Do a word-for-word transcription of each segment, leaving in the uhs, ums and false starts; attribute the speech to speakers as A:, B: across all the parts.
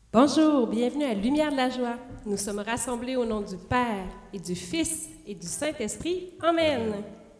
A: Bonjour, bienvenue à Lumière de la Joie. Nous sommes rassemblés au nom du Père et du Fils et du Saint-Esprit. Amen.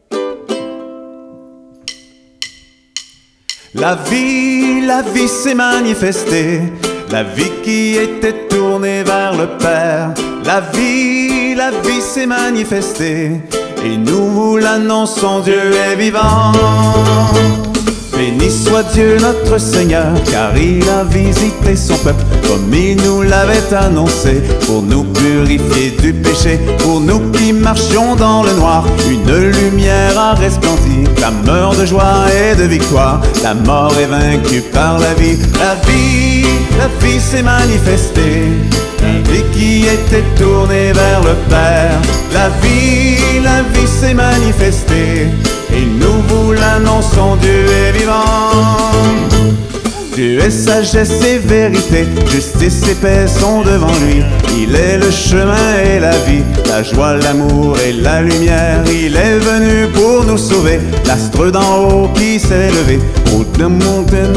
B: La vie, la vie s'est manifestée, la vie qui était tournée vers le Père. La vie, la vie s'est manifestée, et nous vous l'annonçons, Dieu est vivant. Béni soit Dieu notre Seigneur, car il a visité son peuple, comme il nous l'avait annoncé, pour nous purifier du péché, pour nous qui marchions dans le noir. Une lumière a resplendi, clameur de joie et de victoire. La mort est vaincue par la vie. La vie, la vie s'est manifestée, la vie qui était tournée vers le Père. La vie, la vie s'est manifestée, et nous vous l'annonçons, Dieu est vivant. Dieu est sagesse et vérité, justice et paix sont devant lui. Il est le chemin et la vie, la joie, l'amour et la lumière. Il est venu pour nous sauver, l'astre d'en haut qui s'est levé. Au de montagne,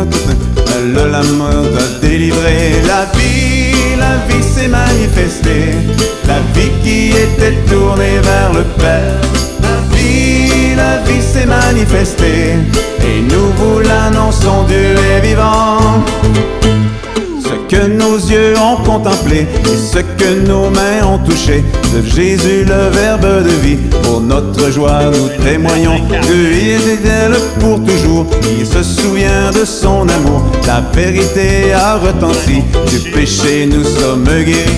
B: le la mort a délivré. La vie, la vie s'est manifestée, la vie qui était tournée vers le Père. La vie, la vie s'est manifestée, et nous vous l'annonçons, Dieu est vivant. Ce que nos yeux ont contemplé et ce que nos mains ont touché de Jésus, le Verbe de vie, pour notre joie nous témoignons qu'il est fidèle pour toujours. Il se souvient de son amour, la vérité a retenti, du péché nous sommes guéris.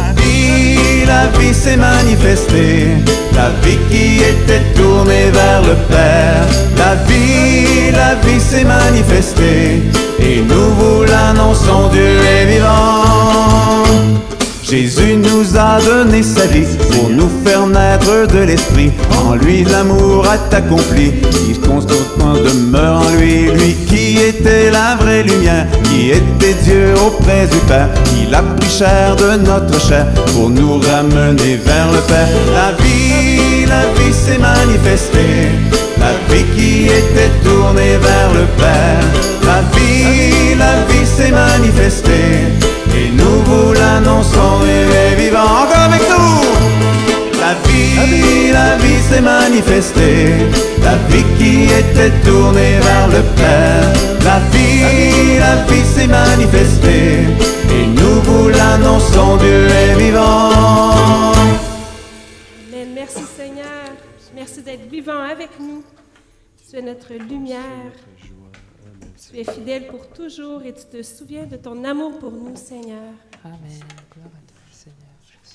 B: La vie s'est manifestée, la vie qui était tournée vers le Père. La vie, la vie s'est manifestée, et nous vous l'annonçons, Dieu est vivant. Jésus nous a donné sa vie pour nous faire naître de l'Esprit. En lui l'amour est accompli, il constamment demeure en lui. Lui qui était la vraie lumière, qui était Dieu auprès du Père. Il a pris chair de notre chair pour nous ramener vers le Père. La vie, la vie s'est manifestée, la vie qui était tournée vers le Père. La vie, la vie s'est manifestée, et nous vous l'annonçons, il est vivant. Encore avec nous. La vie, la vie s'est manifestée, la vie qui était tournée vers le Père. La vie, la vie s'est manifestée, et nous vous l'annonçons, Dieu est vivant.
A: Amen. Merci Seigneur, merci d'être vivant avec nous. Tu es notre lumière. Tu es fidèle pour toujours et tu te souviens de ton amour pour nous, Seigneur.
C: Amen. Gloire à toi, Seigneur Jésus.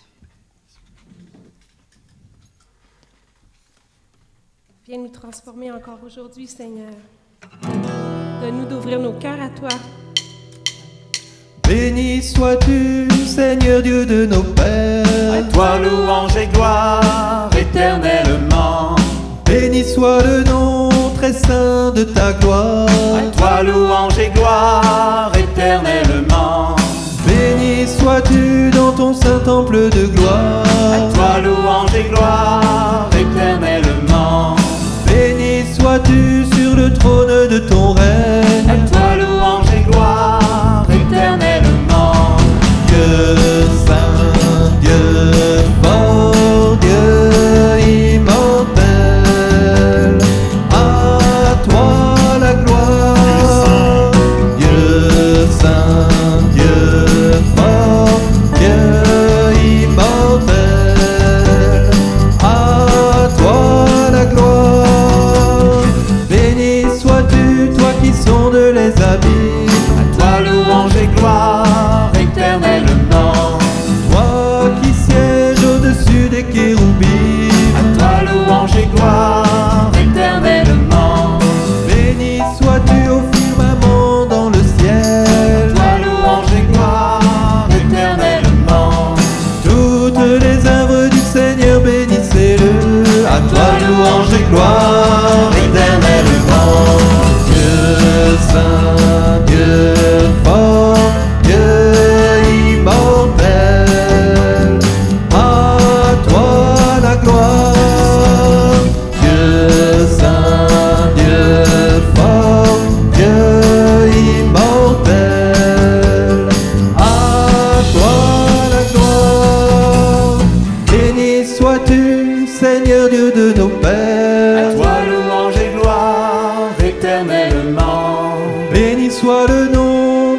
A: Viens nous transformer encore aujourd'hui, Seigneur. Donne-nous d'ouvrir nos cœurs à toi.
D: Béni sois-tu, Seigneur Dieu de nos pères.
B: À toi louange et gloire éternellement.
D: Béni soit le nom très saint de ta gloire.
B: À toi louange et gloire éternellement.
D: Béni sois-tu dans ton saint temple de gloire.
B: À toi louange et gloire éternellement.
D: Béni sois-tu sur le trône de ton règne.
B: À toi louange et gloire éternellement.
D: Dieu saint, Dieu fort, Dieu immortel. À toi la gloire. Dieu saint, Dieu fort, Dieu immortel. À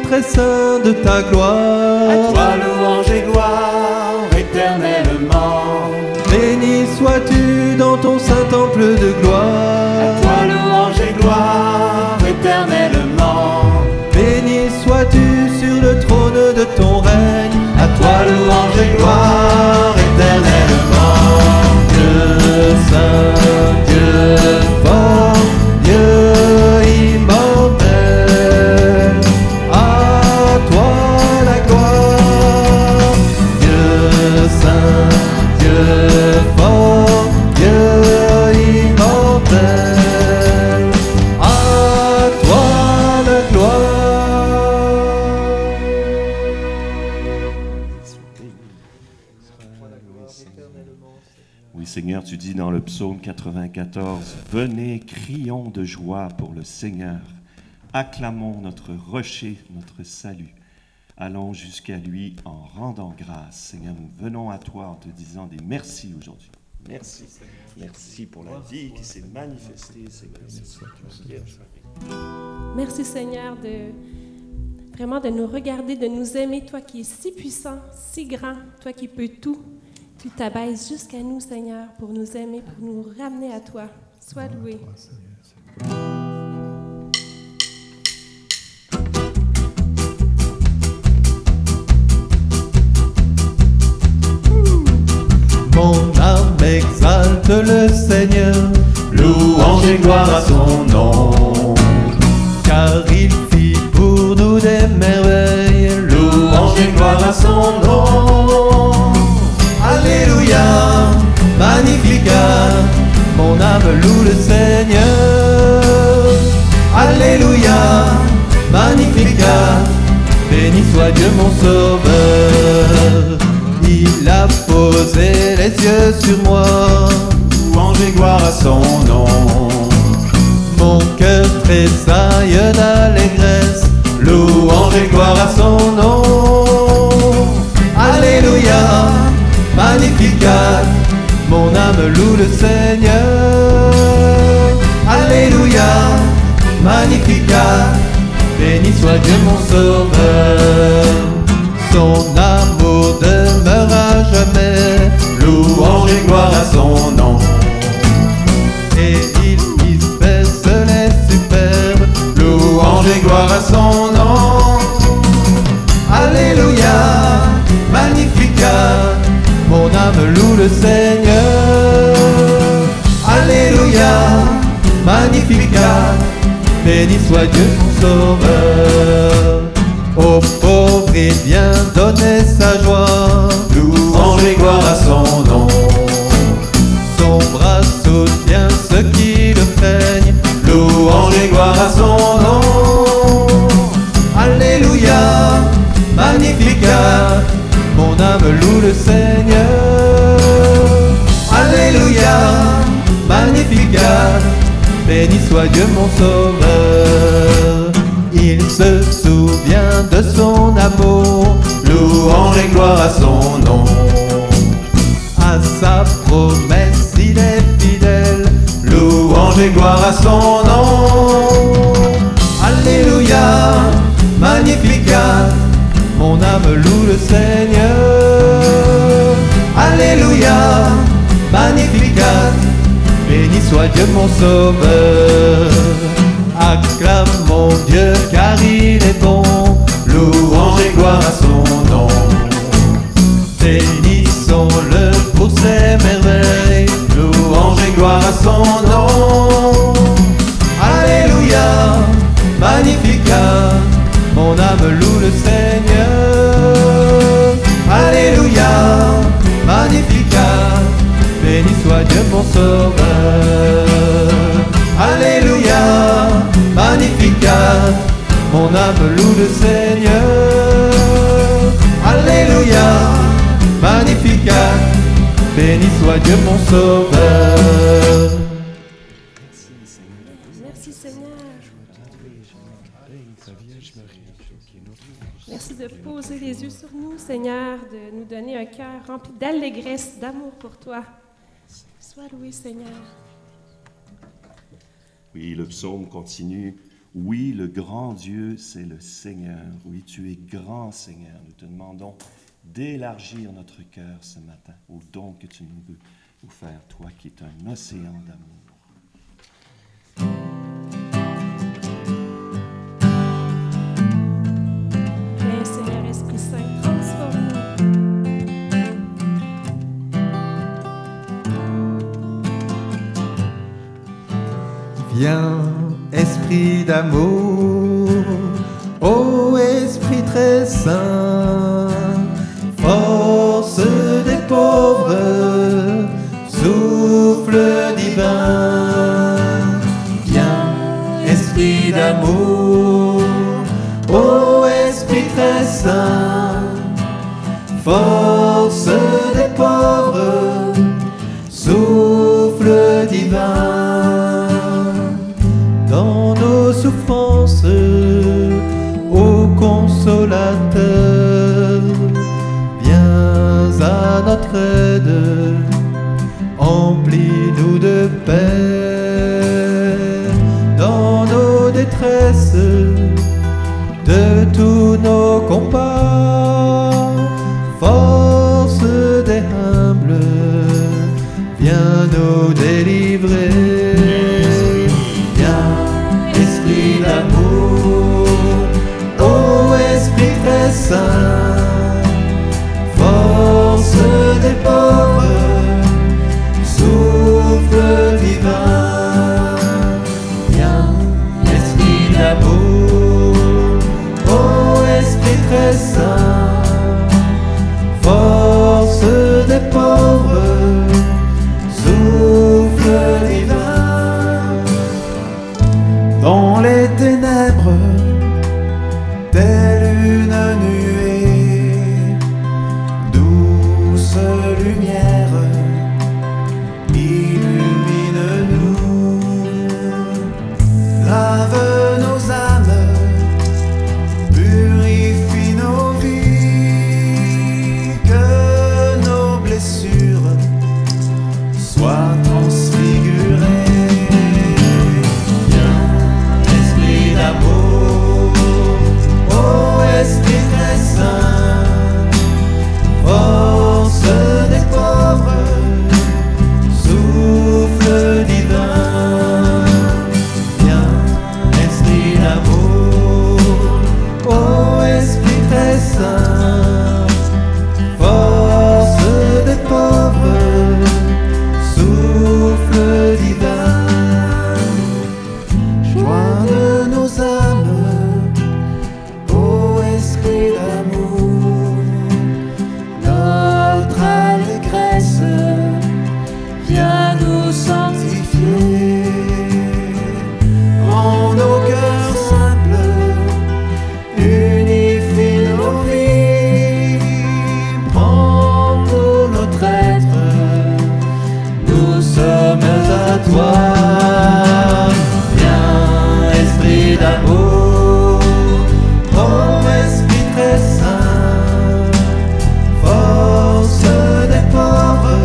D: très saint de ta gloire.
B: À toi louange et gloire éternellement.
D: Béni sois-tu dans ton saint temple de gloire.
B: À toi louange et gloire éternellement.
D: Béni sois-tu sur le trône de ton règne.
B: À toi louange et gloire éternellement.
D: Dieu saint, Dieu fort, Dieu immortel, à toi la gloire. Dieu saint, Dieu fort, Dieu immortel, à toi la gloire.
E: Oui, Seigneur, tu dis dans le psaume quatre-vingt-quatorze, « Venez, crions de joie pour le Seigneur, acclamons notre rocher, notre salut. Allons jusqu'à lui en rendant grâce. » Seigneur, nous venons à toi en te disant des merci aujourd'hui. Merci, merci pour la vie qui s'est manifestée, Seigneur. Merci pour ton Vierge Marie.
A: Merci Seigneur de vraiment de nous regarder, de nous aimer, toi qui es si puissant, si grand, toi qui peux tout. Tu t'abaisses jusqu'à nous, Seigneur, pour nous aimer, pour nous ramener à toi. Sois loué.
D: Mon âme exalte le Seigneur,
B: Louange et gloire à son nom.
D: car il fit pour nous des merveilles.
B: Louange et gloire à son nom.
D: Alléluia, Magnificat, mon âme loue le Seigneur. Alléluia, Magnificat, béni soit Dieu mon sauveur. Il a posé les yeux sur moi,
B: Louange et gloire à son nom.
D: mon cœur tressaille d'allégresse.
B: Louange et gloire à son nom.
D: Alléluia, Magnificat, mon âme loue le Seigneur. Alléluia, Magnificat, béni soit Dieu mon sauveur. Son amour demeure à jamais.
B: Louange et gloire à son nom.
D: Et il disperse les superbes.
B: Louange et gloire à son nom.
D: Alléluia, Magnificat, mon âme loue le Seigneur. Alléluia, Magnificat, béni soit Dieu mon sauveur. Aux pauvres il vient donner sa joie.
B: Louange et gloire à son nom.
D: Son bras soutient ceux qui le craignent.
B: Louange et gloire à son nom.
D: Alléluia, Magnificat, mon âme loue le Seigneur. Alléluia, Magnificat, béni soit Dieu mon sauveur. Il se souvient de son amour.
B: Louange et gloire à son nom.
D: À sa promesse il est fidèle.
B: Louange et gloire à son nom.
D: Alléluia, Magnificat, mon âme loue le Seigneur. Alléluia, Magnificat, béni soit Dieu mon sauveur. Acclame mon Dieu car il est bon.
B: Louange et gloire à son nom.
D: Bénissons-le pour ses merveilles.
B: Louange et gloire à son nom.
D: Alléluia, Magnificat, mon âme loue le Seigneur. Alléluia, Magnificat, béni soit Dieu mon sauveur. Alléluia, Magnificat, mon âme loue le Seigneur. Alléluia, Magnificat, béni soit Dieu mon sauveur.
A: Merci Seigneur. Merci de poser les yeux sur nous, Seigneur, de nous donner un cœur rempli d'allégresse, d'amour pour toi. Sois loué, Seigneur.
E: Oui, le psaume continue. Oui, le grand Dieu, c'est le Seigneur. Oui, tu es grand Seigneur. Nous te demandons d'élargir notre cœur ce matin au don que tu nous veux nous faire, toi qui es un océan d'amour.
A: Viens, Seigneur Esprit Saint, transforme-nous.
D: Viens, Esprit d'amour, ô Esprit très saint, force des pauvres, souffle divin. Viens, Esprit d'amour, ô Esprit très saint, force des pauvres, souffle divin. Dans nos souffrances, ô consolateur, viens à notre aide, emplis-nous de paix. Dans nos détresses, de tous nos combats, force des humbles, viens nous délivrer. Esprit d'amour, ô Esprit très saint, force des pauvres, souffle divin. Viens, Esprit d'amour, ô Esprit très saint, force des pauvres, souffle divin. Dans les ténèbres, telle une nuée, douce lumière, illumine-nous, lave nos âmes, purifie nos vies, que nos blessures soient transfigurées. Esprit très saint, force des pauvres, souffle divin. Viens, Esprit d'amour, ô Esprit très saint, force des pauvres, souffle divin. Joie de nos âmes, Esprit d'amour, notre allégresse, viens nous sanctifier. Rends nos cœurs simples, unifie nos vies, prends tout notre être, nous sommes à toi. Viens, Esprit d'amour, ô Esprit très saint, force des pauvres,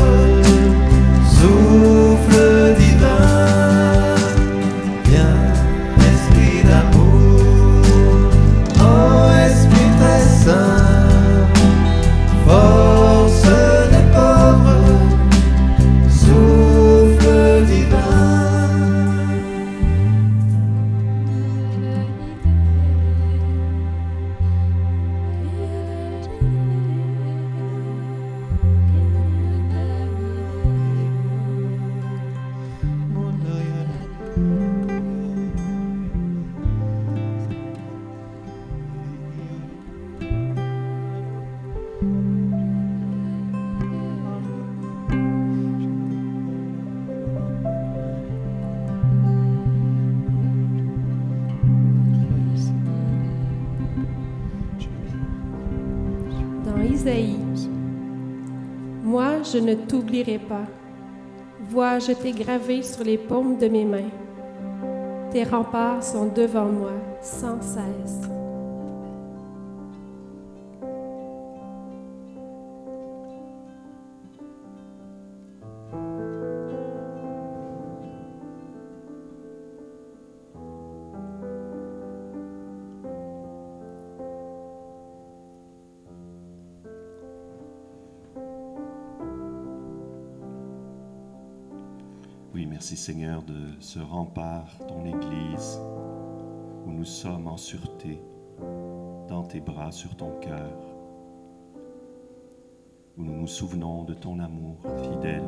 D: souffle divin. Viens, Esprit d'amour, ô Esprit très saint, force des pauvres, souffle divin.
A: Isaïe. Moi, je ne t'oublierai pas. Vois, je t'ai gravé sur les paumes de mes mains. Tes remparts sont devant moi, sans cesse.
E: Merci Seigneur de ce rempart, ton Église, où nous sommes en sûreté, dans tes bras, sur ton cœur, où nous nous souvenons de ton amour fidèle,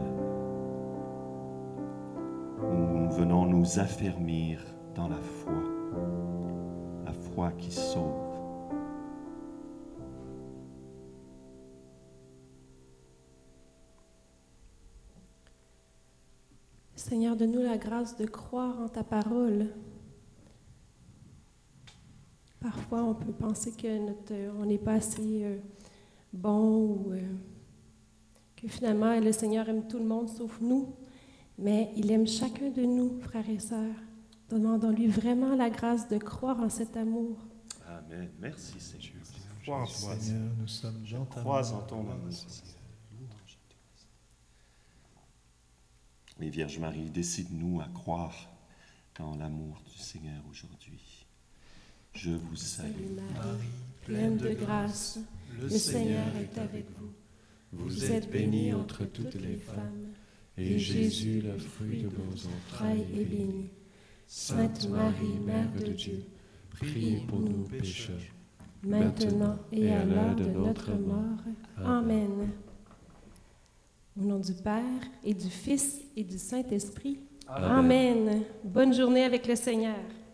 E: où nous venons nous affermir dans la foi, la foi qui sauve.
A: Seigneur, donne-nous la grâce de croire en ta parole. Parfois, on peut penser que notre, on n'est pas assez euh, bon ou euh, que finalement, le Seigneur aime tout le monde sauf nous, mais il aime chacun de nous, frères et sœurs. Demandons-lui vraiment la grâce de croire en cet amour.
E: Amen. Merci Seigneur.
F: Crois en toi,
D: Seigneur, nous sommes dans ta
E: Crois
D: main.
E: en ton amour. Et Vierge Marie, décide-nous à croire dans l'amour du Seigneur aujourd'hui. Je vous salue.
A: Salut Marie, pleine de grâce, le Seigneur est avec vous. Vous êtes bénie entre toutes les femmes, et Jésus, le fruit de vos entrailles, est béni. Sainte Marie, Mère de Dieu, priez pour nous pécheurs, maintenant et à l'heure de notre mort. Amen. Au nom du Père, et du Fils, et du Saint-Esprit. Amen. Bonne journée avec le Seigneur.